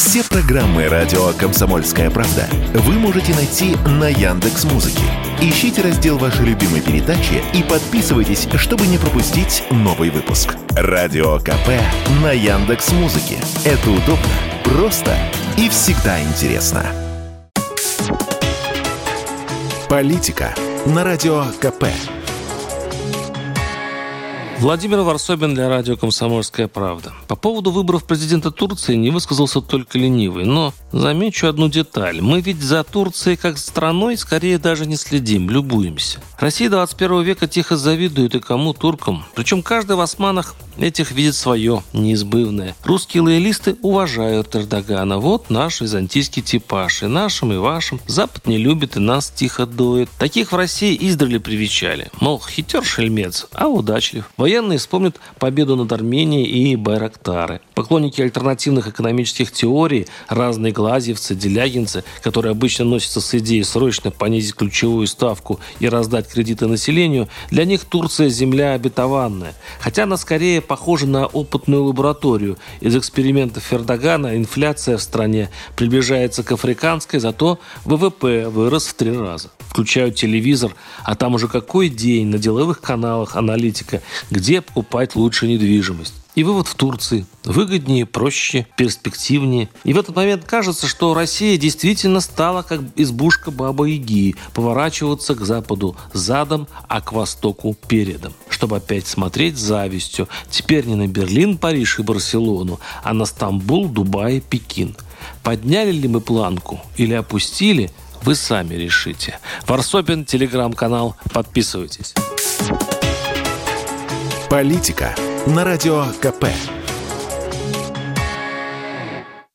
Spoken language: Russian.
Все программы радио «Комсомольская правда» вы можете найти на Яндекс.Музыке. Ищите раздел вашей любимой передачи и подписывайтесь, чтобы не пропустить новый выпуск. Радио КП на Яндекс.Музыке. Это удобно, просто и всегда интересно. Политика на радио КП. Владимир Варсобин для радио «Комсомольская правда». По поводу выборов президента Турции не высказался только ленивый. Но замечу одну деталь. Мы ведь за Турцией как страной скорее даже не следим, любуемся. Россия 21 века тихо завидует и кому? Туркам. Причем каждый в османах этих видит свое, неизбывное. Русские лоялисты уважают Эрдогана. Вот наш византийский типаж. И нашим, и вашим. Запад не любит и нас тихо дует. Таких в России издревле привечали. Мол, хитер шельмец, а удачлив. Военные вспомнят победу над Арменией и Байрактары. Поклонники альтернативных экономических теорий, разные глазьевцы, делягинцы, которые обычно носятся с идеей срочно понизить ключевую ставку и раздать кредиты населению, для них Турция – земля обетованная. Хотя она скорее похожа на опытную лабораторию. Из экспериментов Эрдогана инфляция в стране приближается к африканской, зато ВВП вырос в 3 раза. Включают телевизор, а там уже какой день на деловых каналах аналитика, где покупать лучше недвижимость. И вывод в Турции. Выгоднее, проще, перспективнее. И в этот момент кажется, что Россия действительно стала как избушка Бабы-Яги, поворачиваться к западу задом, а к востоку передом, чтобы опять смотреть с завистью. Теперь не на Берлин, Париж и Барселону, а на Стамбул, Дубай и Пекин. Подняли ли мы планку или опустили, вы сами решите. Варсобин, телеграм-канал. Подписывайтесь. Политика на радио КП.